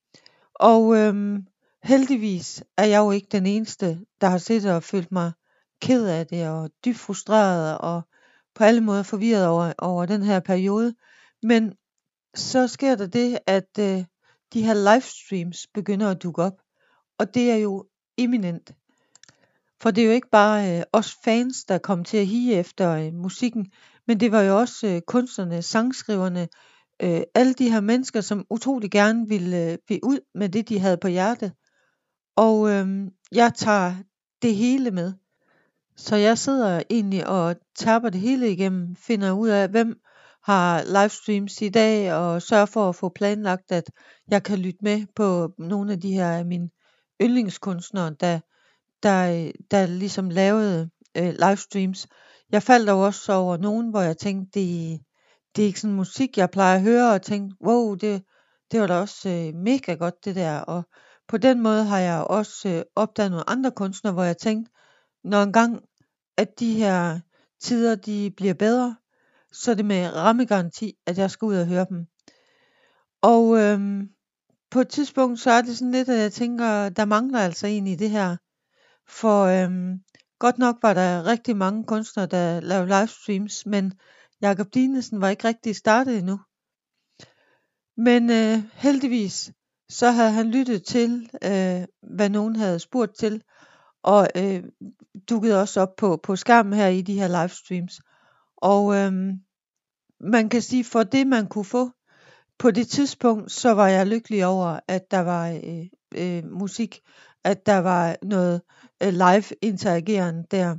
Og øhm, heldigvis er jeg jo ikke den eneste, der har siddet og følt mig ked af det, og dybt frustreret, og på alle måder forvirret over, over den her periode. Men så sker der det, at øh, de her livestreams begynder at dukke op. Og det er jo eminent. For det er jo ikke bare øh, os fans, der kom til at hige efter øh, musikken, men det var jo også øh, kunstnerne, sangskriverne, øh, alle de her mennesker, som utrolig gerne ville, øh, ville ud med det, de havde på hjertet. Og øh, jeg tager det hele med. Så jeg sidder egentlig og tapper det hele igennem, finder ud af, hvem har livestreams i dag, og sørger for at få planlagt, at jeg kan lytte med på nogle af de her af mine yndlingskunstnere, der der, der ligesom lavede øh, livestreams. Jeg faldt dog også over nogen, hvor jeg tænkte, det, det er ikke sådan musik, jeg plejer at høre, og tænkte, wow, det, det var da også øh, mega godt det der. Og på den måde har jeg også øh, opdaget nogle andre kunstnere, hvor jeg tænkte, når engang at de her tider de bliver bedre, så er det med rammegaranti, at jeg skal ud og høre dem. Og øhm, på et tidspunkt, så er det sådan lidt, at jeg tænker, der mangler altså en i det her. For øhm, godt nok var der rigtig mange kunstnere, der lavede livestreams, men Jacob Dinesen var ikke rigtig startet endnu. Men øh, heldigvis, så havde han lyttet til, øh, hvad nogen havde spurgt til, og øh, dukkede også op på, på skærmen her i de her livestreams. Og øh, man kan sige, for det man kunne få på det tidspunkt, så var jeg lykkelig over, at der var øh, øh, musik, at der var noget øh, live interageren der.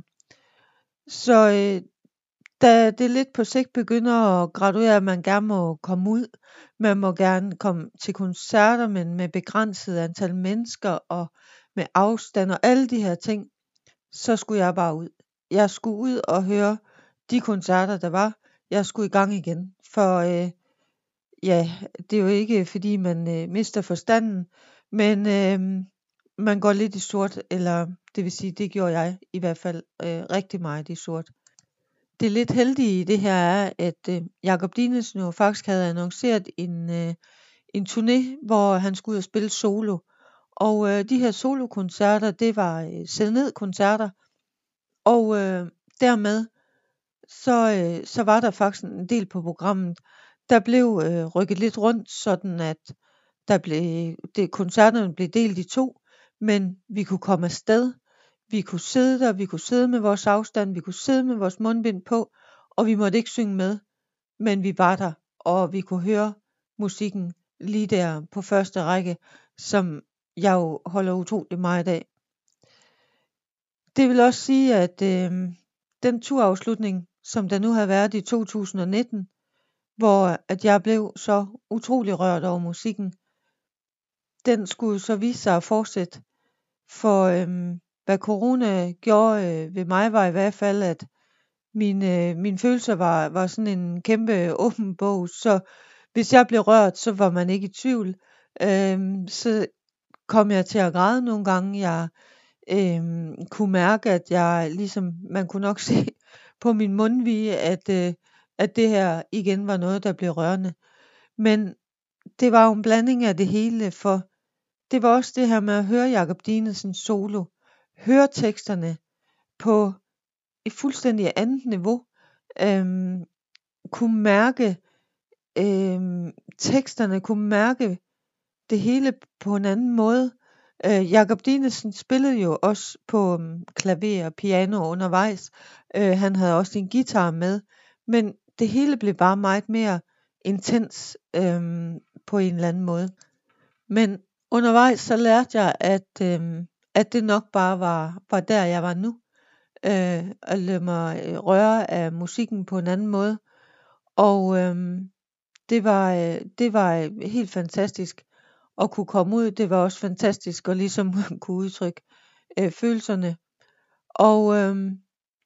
Så øh, da det lidt på sigt begynder at graduere, at man gerne må komme ud, man må gerne komme til koncerter, men med begrænset antal mennesker og med afstand og alle de her ting, så skulle jeg bare ud. jeg skulle ud og høre de koncerter, der var. Jeg skulle i gang igen, for øh, ja, det er jo ikke fordi man øh, mister forstanden, men øh, man går lidt i sort, eller det vil sige, det gjorde jeg i hvert fald øh, rigtig meget i sort. Det lidt heldige i det her er, at øh, Jakob Dinesen jo faktisk havde annonceret en, øh, en turné, hvor han skulle ud og spille solo. Og øh, de her solokoncerter, det var øh, sæd ned koncerter, og øh, dermed så, øh, så var der faktisk en del på programmet. Der blev øh, rykket lidt rundt, sådan at der blev, det, koncerterne blev delt i to, men vi kunne komme afsted. Vi kunne sidde der, vi kunne sidde med vores afstand, vi kunne sidde med vores mundbind på, og vi måtte ikke synge med, men vi var der, og vi kunne høre musikken lige der på første række, som jeg jo holder utrolig meget af. Det vil også sige, at øh, den turafslutning, som der nu har været i to tusind nitten, hvor at jeg blev så utrolig rørt over musikken, den skulle så vise sig at fortsætte. For øhm, hvad corona gjorde øh, ved mig, var i hvert fald, at mine, øh, mine følelser var, var sådan en kæmpe åben bog. Så hvis jeg blev rørt, så var man ikke i tvivl. Øhm, så kom jeg til at græde nogle gange. Jeg øhm, kunne mærke, at jeg ligesom, man kunne nok se på min mundvige, at, øh, at det her igen var noget, der blev rørende. Men det var jo en blanding af det hele, for det var også det her med at høre Jakob Dinesens solo, høre teksterne på et fuldstændig andet niveau, øhm, kunne mærke øhm, teksterne, kunne mærke det hele på en anden måde. Øh, Jakob Dinesen spillede jo også på um, klaver og piano undervejs. Øh, han havde også en guitar med, men det hele blev bare meget mere intens øhm, på en eller anden måde. Men undervejs så lærte jeg, at, øhm, at det nok bare var, var der, jeg var nu. Øh, at lade mig øh, røre af musikken på en anden måde. Og øhm, det var, øh, det var øh, helt fantastisk at kunne komme ud. Det var også fantastisk at ligesom kunne udtrykke øh, følelserne. Og øhm,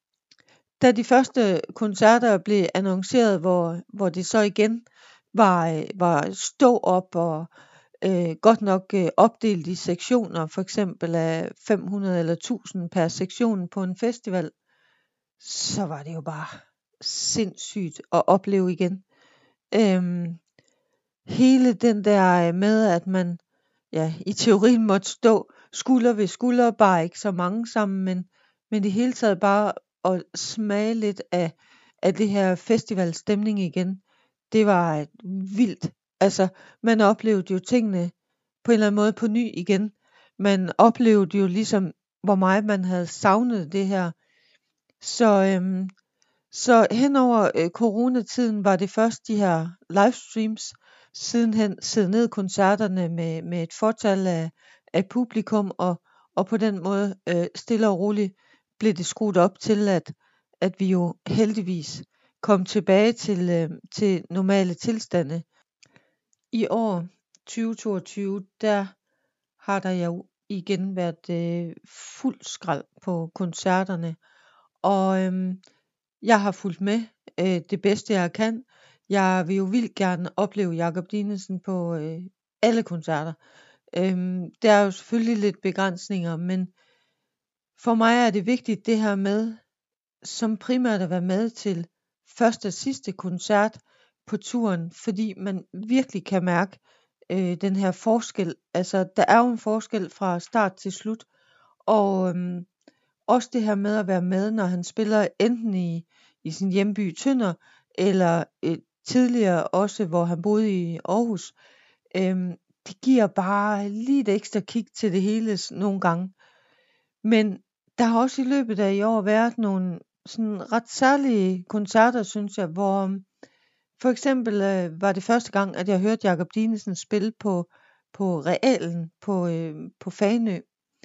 da de første koncerter blev annonceret, hvor, hvor det så igen var, øh, var stå op og øh, godt nok øh, opdelt i sektioner, for eksempel af fem hundrede eller tusind per sektion på en festival, så var det jo bare sindssygt at opleve igen. Øhm, hele den der med, at man ja, i teorien måtte stå skulder ved skulder, bare ikke så mange sammen, men, men det hele taget bare at smage lidt af, af det her festivalstemning igen, det var vildt. Altså, man oplevede jo tingene på en eller anden måde på ny igen. Man oplevede jo ligesom, hvor meget man havde savnet det her. Så, øhm, så hen over øh, coronatiden var det først de her livestreams, sidenhen sidde ned koncerterne med, med et fortal af, af publikum, og, og på den måde øh, stille og roligt blev det skruet op til, at, at vi jo heldigvis kom tilbage til, øh, til normale tilstande. I år tyve toogtyve, der har der jo igen været øh, fuld skrald på koncerterne, og øhm, jeg har fulgt med øh, det bedste jeg kan. Jeg vil jo vildt gerne opleve Jakob Dinesen på øh, alle koncerter. Øhm, der er jo selvfølgelig lidt begrænsninger, men for mig er det vigtigt det her med, som primært at være med til første og sidste koncert på turen, fordi man virkelig kan mærke øh, den her forskel. Altså, der er jo en forskel fra start til slut, og øhm, også det her med at være med, når han spiller enten i, i sin hjemby Tønder, eller øh, tidligere også, hvor han boede i Aarhus. Øhm, det giver bare lige et ekstra kick til det hele nogle gange. Men der har også i løbet af i år været nogle sådan ret særlige koncerter, synes jeg, hvor for eksempel øh, var det første gang, at jeg hørte Jakob Dinesen spille på, på Realen på, øh, på Fanø.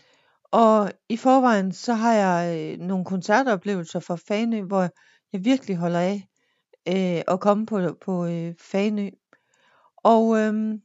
Og i forvejen, så har jeg øh, nogle koncertoplevelser fra Fanø, hvor jeg virkelig holder af øh, at komme på, på øh, Fanø. Og øh,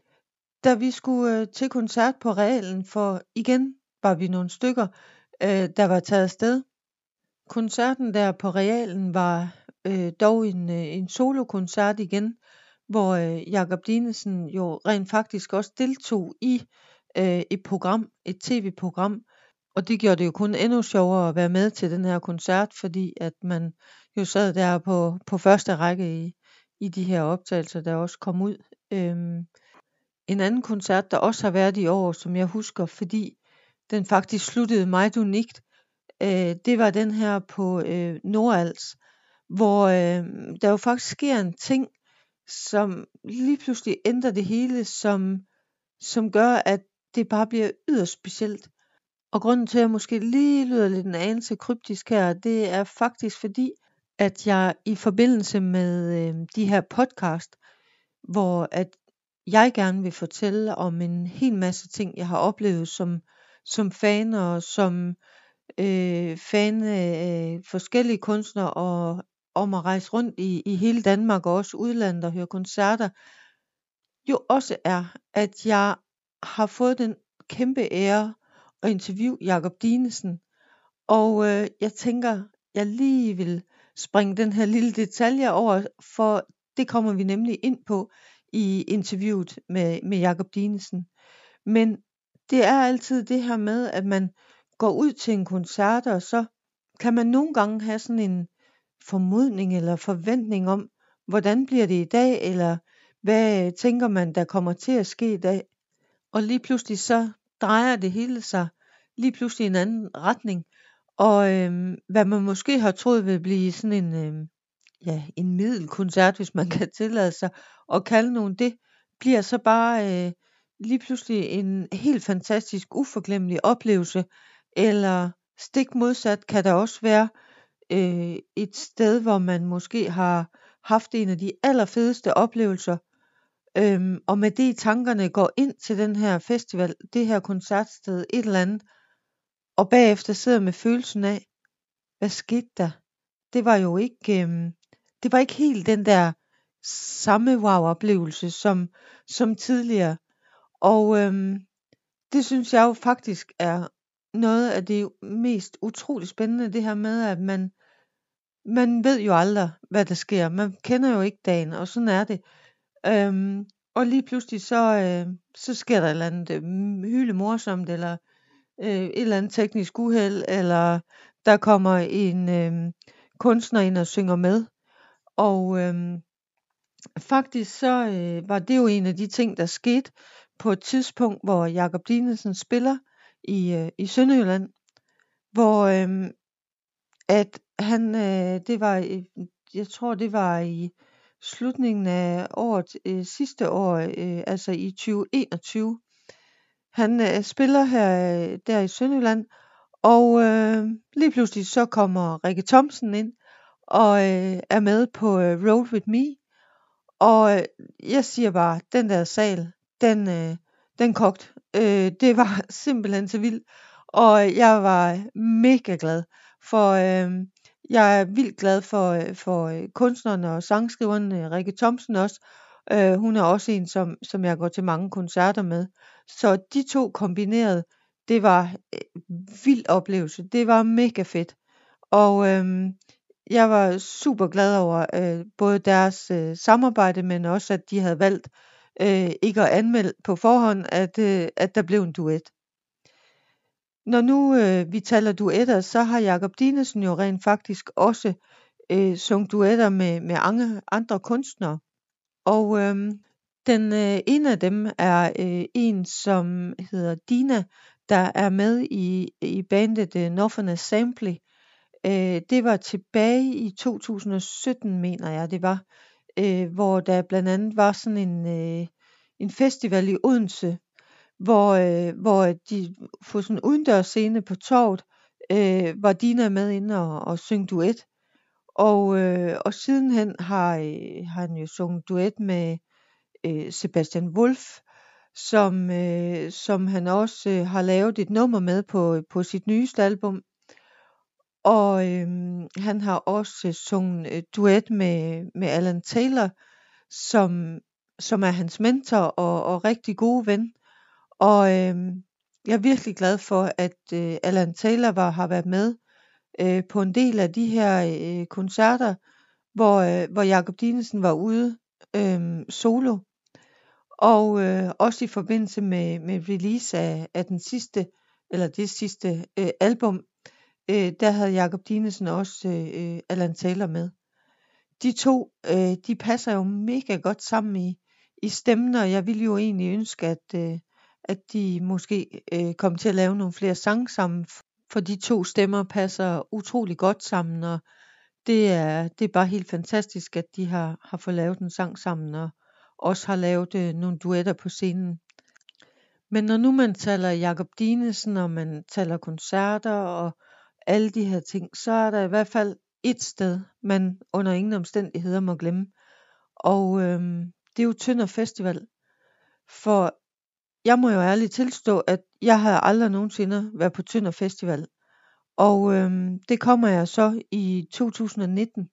da vi skulle øh, til koncert på Realen, for igen var vi nogle stykker, øh, der var taget afsted. koncerten der på Realen var øh, dog en, øh, en solokoncert igen, hvor øh, Jakob Dinesen jo rent faktisk også deltog i øh, et program, et tv-program, og det gjorde det jo kun endnu sjovere at være med til den her koncert, fordi at man jo sad der på, på første række i, i de her optagelser, der også kom ud. Øhm, en anden koncert, der også har været i år, som jeg husker, fordi den faktisk sluttede meget unikt, øh, det var den her på øh, Nordals, hvor øh, der jo faktisk sker en ting, som lige pludselig ændrer det hele, som, som gør, at det bare bliver yderst specielt. Og grunden til, at jeg måske lige lyder lidt en anelse kryptisk her, det er faktisk fordi, at jeg i forbindelse med øh, de her podcast, hvor at jeg gerne vil fortælle om en hel masse ting, jeg har oplevet som, som fan og som øh, fan af forskellige kunstnere og om at rejse rundt i, i hele Danmark og også udlandet og høre koncerter, jo også er, at jeg har fået den kæmpe ære at interviewe Jakob Dinesen. Og øh, jeg tænker, jeg lige vil springe den her lille detalje over, for det kommer vi nemlig ind på i interviewet med, med Jakob Dinesen. Men det er altid det her med, at man går ud til en koncert, og så kan man nogle gange have sådan en formodning eller forventning om, hvordan bliver det i dag, eller hvad tænker man, der kommer til at ske i dag. Og lige pludselig så drejer det hele sig lige pludselig i en anden retning. Og øhm, hvad man måske har troet vil blive sådan en, øhm, ja, en middelkoncert, hvis man kan tillade sig at kalde nogen det, bliver så bare øh, lige pludselig en helt fantastisk, uforglemmelig oplevelse. Eller stik modsat kan der også være øh, et sted, hvor man måske har haft en af de allerfedeste oplevelser, øhm, og med det i tankerne går ind til den her festival, det her koncertsted, et eller andet, og bagefter sidder med følelsen af, hvad skete der? Det var jo ikke, øhm, det var ikke helt den der samme wow-oplevelse som, som tidligere. Og øhm, det synes jeg jo faktisk er noget af det mest utroligt spændende, det her med, at man, man ved jo aldrig, hvad der sker. Man kender jo ikke dagen, og sådan er det. Øhm, og lige pludselig så, øh, så sker der et eller andet øh, hyle morsomt, eller øh, et eller andet teknisk uheld, eller der kommer en øh, kunstner ind og synger med. Og øh, faktisk så øh, var det jo en af de ting, der skete på et tidspunkt, hvor Jakob Dinesen spiller i, øh, i Sønderjylland, hvor øh, at han, øh, det var, øh, jeg tror det var i slutningen af året, øh, sidste år, øh, altså i tyve enogtyve. Han øh, spiller her øh, der i Sønderjylland, og øh, lige pludselig så kommer Rikke Thomsen ind og øh, er med på øh, Road With Me. Og øh, jeg siger bare, den der sal, den, øh, den kogte. Øh, det var simpelthen så vildt, og jeg var mega glad, for øh, jeg er vildt glad for, øh, for øh, kunstneren og sangskriveren øh, Rikke Thomsen også. Øh, hun er også en, som, som jeg går til mange koncerter med. Så de to kombineret, det var øh, vild oplevelse. Det var mega fedt. Og øh, jeg var super glad over øh, både deres øh, samarbejde, men også at de havde valgt øh, ikke at anmelde på forhånd, at, øh, at der blev en duet. Når nu øh, vi taler duetter, så har Jakob Dinesen jo rent faktisk også øh, sunget duetter med, med andre, andre kunstnere. Og øh, den øh, ene af dem er øh, en, som hedder Dina, der er med i, i bandet øh, Northern Assembly. Øh, det var tilbage i to tusind og sytten, mener jeg det var, øh, hvor der blandt andet var sådan en, øh, en festival i Odense, hvor, øh, hvor de får sådan en udendørs scene på torvet, øh, var Dina med inde og, og synge duet. Og, øh, og sidenhen har, øh, har han jo sunget duet med øh, Sebastian Wolf, som, øh, som han også øh, har lavet et nummer med på, på sit nyeste album. Og øhm, han har også øh, sunget øh, duet med, med Alan Taylor, som, som er hans mentor og, og rigtig gode ven. Og øhm, jeg er virkelig glad for, at øh, Alan Taylor var, har været med øh, på en del af de her øh, koncerter, hvor, øh, hvor Jakob Dinesen var ude øh, solo. Og øh, også i forbindelse med, med release af, af den sidste, eller det sidste øh, album, øh, der havde Jakob Dinesen også øh, Allan Taylor med. De to, øh, de passer jo mega godt sammen i, i stemmen, og jeg ville jo egentlig ønske, at, øh, at de måske øh, kom til at lave nogle flere sange sammen, for de to stemmer passer utrolig godt sammen, og det er, det er bare helt fantastisk, at de har, har fået lavet en sang sammen, og også har lavet øh, nogle duetter på scenen. Men når nu man taler Jakob Dinesen, og man taler koncerter og alle de her ting, så er der i hvert fald et sted, man under ingen omstændigheder må glemme. Og øhm, det er jo Tønder Festival. For jeg må jo ærligt tilstå, at jeg har aldrig nogensinde været på Tønder Festival. Og øhm, det kommer jeg så i to tusind og nitten.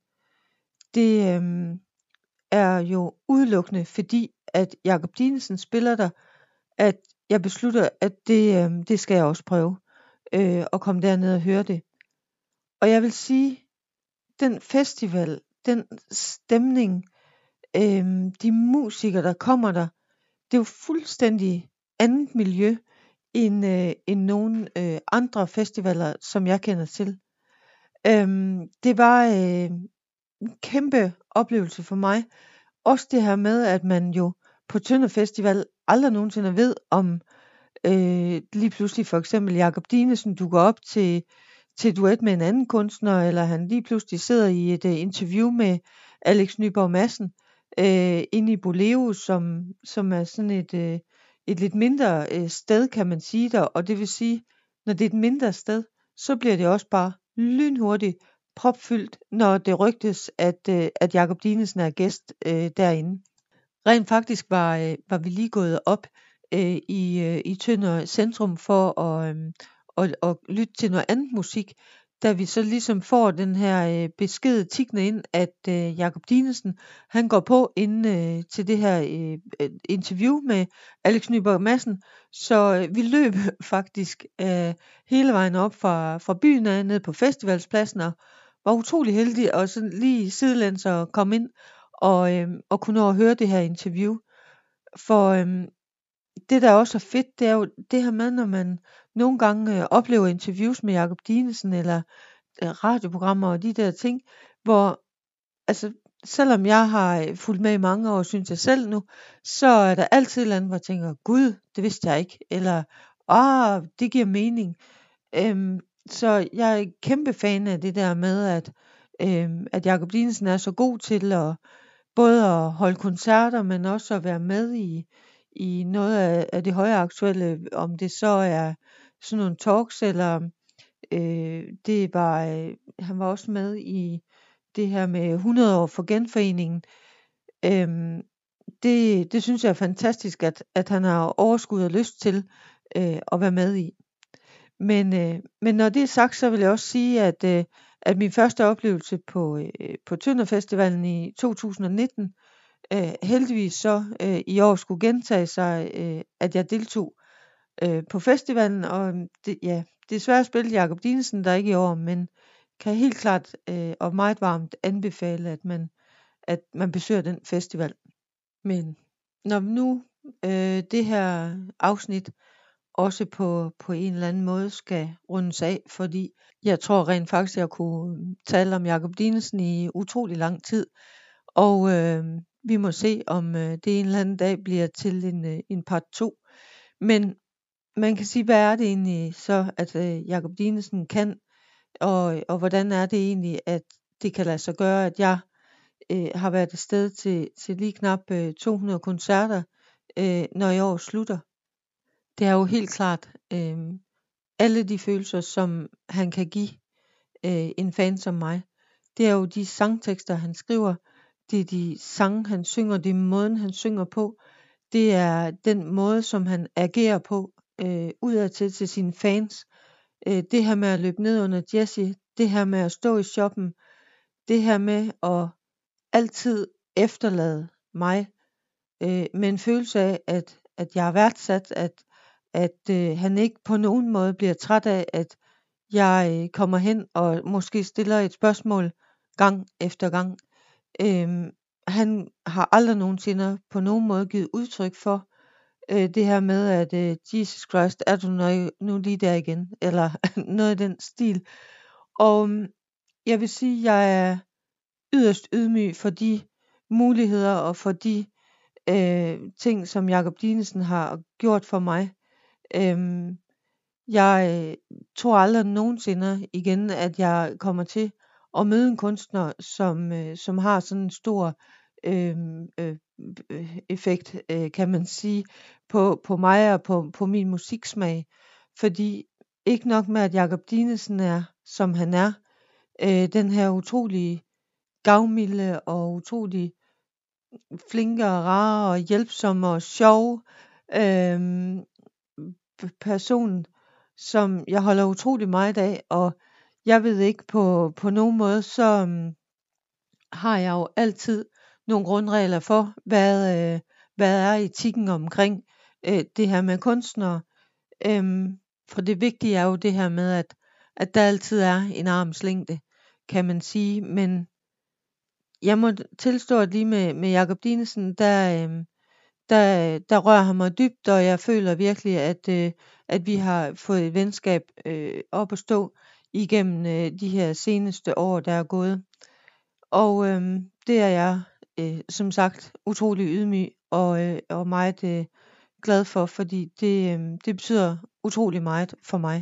Det øhm, er jo udelukkende fordi, at Jakob Dinesen spiller der, at jeg beslutter, at det, øh, det skal jeg også prøve, øh, at komme derned og høre det. Og jeg vil sige, den festival, den stemning, øh, de musikere, der kommer der, det er jo fuldstændig andet miljø, end, øh, end nogle øh, andre festivaler, som jeg kender til. Øh, det var øh, en kæmpe oplevelse for mig. Også det her med, at man jo på Tønder Festival aldrig nogensinde ved, om øh, lige pludselig for eksempel Jakob Dinesen dukker op til, til duet med en anden kunstner, eller han lige pludselig sidder i et uh, interview med Alex Nyborg Madsen øh, inde i Boleo, som, som er sådan et, øh, et lidt mindre øh, sted, kan man sige der. Og det vil sige, når det er et mindre sted, så bliver det også bare lynhurtigt propfyldt, når det rygtes, at, øh, at Jakob Dinesen er gæst øh, derinde. Rent faktisk var, øh, var vi lige gået op øh, i, øh, i Tønder Centrum for at, øh, at, at lytte til noget andet musik, da vi så ligesom får den her øh, besked tikkende ind, at øh, Jakob Dinesen, han går på ind øh, til det her øh, interview med Alex Nyborg Madsen, så øh, vi løb faktisk øh, hele vejen op fra, fra byen af, ned på festivalspladsen, og var utrolig heldig at sådan lige sidelæns at komme ind og, øhm, og kunne nå at høre det her interview. For øhm, det der også er fedt, det er jo det her med, når man nogle gange øh, oplever interviews med Jakob Dinesen, eller øh, radioprogrammer og de der ting, hvor altså selvom jeg har øh, fulgt med i mange år, synes jeg selv nu, så er der altid et eller andet, hvor jeg tænker, gud, det vidste jeg ikke, eller ah, det giver mening. Øhm, så jeg er kæmpe fan af det der med, at, øhm, at Jakob Dinesen er så god til at både at holde koncerter, men også at være med i, i noget af, af det højere aktuelle, om det så er sådan nogle talks, eller øh, det var, øh, han var også med i det her med hundrede år for genforeningen. Øhm, det, det synes jeg er fantastisk, at, at han har overskud og lyst til øh, at være med i. Men, øh, men når det er sagt, så vil jeg også sige, at, øh, at min første oplevelse på, øh, på Tønder Festivalen i to tusind og nitten, øh, heldigvis så øh, i år skulle gentage sig, øh, at jeg deltog øh, på festivalen, og det, ja, desværre spillede Jakob Dinesen der ikke i år, men kan helt klart øh, og meget varmt anbefale, at man, at man besøger den festival. Men når nu øh, det her afsnit også på, på en eller anden måde skal rundes af, fordi jeg tror rent faktisk, at jeg kunne tale om Jakob Dinesen i utrolig lang tid, og øh, vi må se, om øh, det en eller anden dag bliver til en, øh, en part to. Men man kan sige, hvad er det egentlig så, at øh, Jakob Dinesen kan, og, og hvordan er det egentlig, at det kan lade sig gøre, at jeg øh, har været afsted til, til lige knap øh, to hundrede koncerter, øh, når i år slutter. Det er jo helt klart øh, alle de følelser, som han kan give øh, en fan som mig. Det er jo de sangtekster, han skriver. Det er de sange, han synger. Det er måden, han synger på. Det er den måde, som han agerer på øh, udadtil til sine fans. Øh, det her med at løbe ned under Jessie. Det her med at stå i shoppen. Det her med at altid efterlade mig øh, med en følelse af, at, at jeg er værdsat, at at øh, han ikke på nogen måde bliver træt af, at jeg øh, kommer hen og måske stiller et spørgsmål gang efter gang. Øhm, han har aldrig nogensinde på nogen måde givet udtryk for øh, det her med, at øh, Jesus Christ, er du nu, nu lige der igen? Eller noget i den stil. Og mm, jeg vil sige, at jeg er yderst ydmyg for de muligheder og for de øh, ting, som Jacob Dinesen har gjort for mig. Øhm, jeg øh, tror aldrig nogensinde igen, at jeg kommer til at møde en kunstner, som, øh, som har sådan en stor øh, øh, øh, effekt, øh, kan man sige, på, på mig og på, på min musiksmag. Fordi ikke nok med, at Jacob Dinesen er, som han er, øh, den her utrolige gavmilde og utrolig flinke og rare og hjælpsomme og sjove øh, person, som jeg holder utrolig meget af, og jeg ved ikke på, på nogen måde, så um, har jeg jo altid nogle grundregler for, hvad, øh, hvad er etikken omkring øh, det her med kunstnere. Øhm, for det vigtige er jo det her med, at, at der altid er en armslængde, kan man sige, men jeg må tilstå, at lige med, med Jacob Dinesen, der, øhm, der, der rører han mig dybt, og jeg føler virkelig, at, øh, at vi har fået et venskab øh, op at stå igennem øh, de her seneste år, der er gået. Og øh, det er jeg, øh, som sagt, utrolig ydmyg og, øh, og meget øh, glad for, fordi det, øh, det betyder utrolig meget for mig.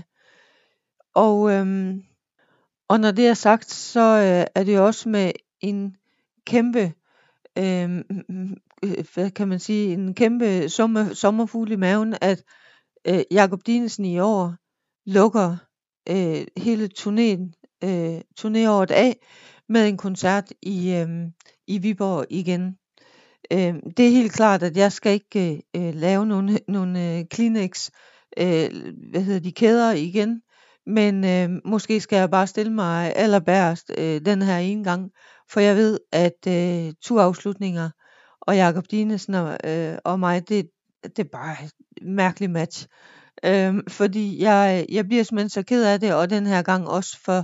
Og, øh, og når det er sagt, så øh, er det også med en kæmpe øh, hvad kan man sige, en kæmpe sommer, sommerfugl i maven, at øh, Jacob Dinesen i år lukker øh, hele turnéen, øh, turnéåret af med en koncert i, øh, i Viborg igen. Øh, det er helt klart, at jeg skal ikke øh, lave nogle, nogle øh, Kleenex, øh, hvad hedder de, kæder igen, men øh, måske skal jeg bare stille mig allerbærest øh, den her ene gang, for jeg ved, at øh, turafslutninger og Jacob Dinesen og, øh, og mig, det, det er bare et mærkeligt match. Øh, fordi jeg, jeg bliver simpelthen så ked af det, og den her gang også for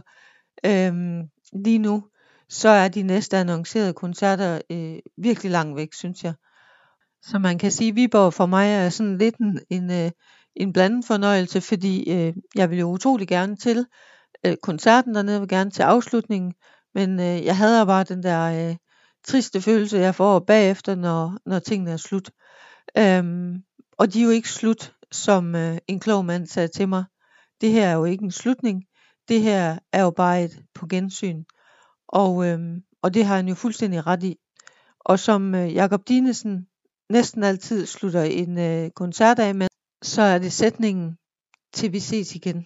øh, lige nu, så er de næste annoncerede koncerter øh, virkelig langt væk, synes jeg. Så man kan sige, at Viborg for mig er sådan lidt en, en, øh, en blandet fornøjelse, fordi øh, jeg vil jo utrolig gerne til øh, koncerten dernede, vil gerne til afslutningen, men øh, jeg hader bare den der øh, triste følelse, jeg får bagefter, når, når tingene er slut. Øhm, og de er jo ikke slut, som øh, en klog mand sagde til mig. Det her er jo ikke en slutning, det her er jo bare et på gensyn. Og, øhm, og det har han jo fuldstændig ret i. Og som øh, Jacob Dinesen næsten altid slutter en øh, koncert af med, så er det sætningen til vi ses igen.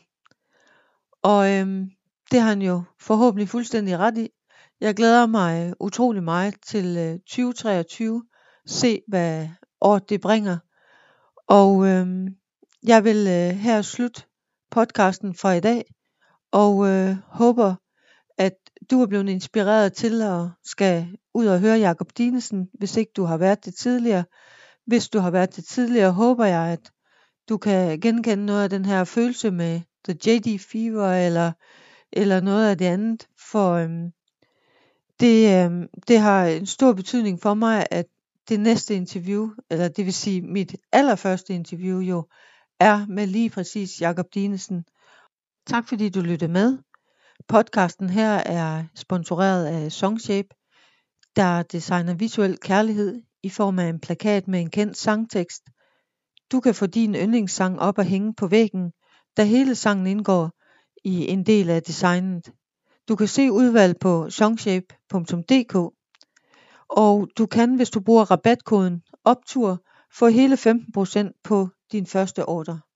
Og øhm, det har han jo forhåbentlig fuldstændig ret i. Jeg glæder mig utrolig meget til øh, tyve treogtyve, se hvad året det bringer. Og øhm, jeg vil øh, her slutte podcasten for i dag, og øh, håber, at du er blevet inspireret til at skal ud og høre Jacob Dinesen, hvis ikke du har været det tidligere. Hvis du har været det tidligere, håber jeg, at du kan genkende noget af den her følelse med The J D Fever, eller, eller noget af det andet, for øhm, det, øhm, det har en stor betydning for mig, at det næste interview, eller det vil sige mit allerførste interview jo, er med lige præcis Jacob Dinesen. Tak fordi du lyttede med. Podcasten her er sponsoreret af Songshape, der designer visuel kærlighed i form af en plakat med en kendt sangtekst. Du kan få din yndlingssang op og hænge på væggen, da hele sangen indgår i en del af designet. Du kan se udvalg på songshape punktum d k, og du kan, hvis du bruger rabatkoden OPTUR, få hele femten procent på din første ordre.